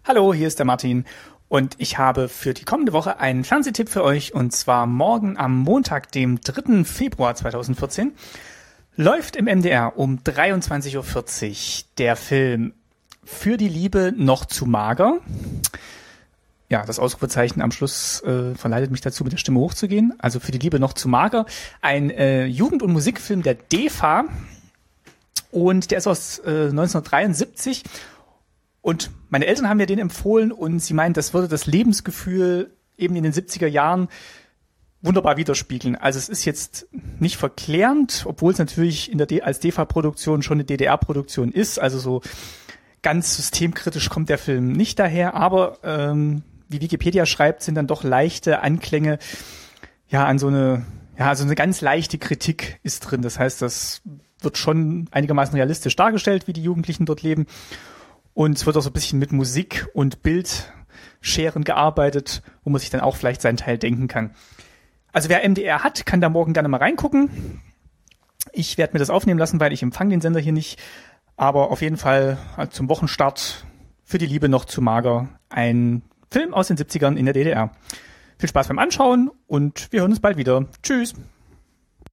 Hallo, hier ist der Martin und ich habe für die kommende Woche einen Fernsehtipp für euch, und zwar morgen am Montag, dem 3. Februar 2014, läuft im MDR um 23:40 Uhr der Film Für die Liebe noch zu mager. Ja, das Ausrufezeichen am Schluss verleitet mich dazu, mit der Stimme hochzugehen. Also Für die Liebe noch zu mager. Ein Jugend- und Musikfilm der DEFA, und der ist aus 1973. Und meine Eltern haben mir den empfohlen und sie meinen, das würde das Lebensgefühl eben in den 70er Jahren wunderbar widerspiegeln. Also es ist jetzt nicht verklärend, obwohl es natürlich als DEFA-Produktion schon eine DDR-Produktion ist. Also so ganz systemkritisch kommt der Film nicht daher, aber wie Wikipedia schreibt, sind dann doch leichte Anklänge an so eine ganz leichte Kritik ist drin. Das heißt, das wird schon einigermaßen realistisch dargestellt, wie die Jugendlichen dort leben. Und es wird auch so ein bisschen mit Musik und Bildscheren gearbeitet, wo man sich dann auch vielleicht seinen Teil denken kann. Also wer MDR hat, kann da morgen gerne mal reingucken. Ich werde mir das aufnehmen lassen, weil ich empfange den Sender hier nicht. Aber auf jeden Fall zum Wochenstart Für die Liebe noch zu mager. Ein Film aus den 70ern in der DDR. Viel Spaß beim Anschauen und wir hören uns bald wieder. Tschüss.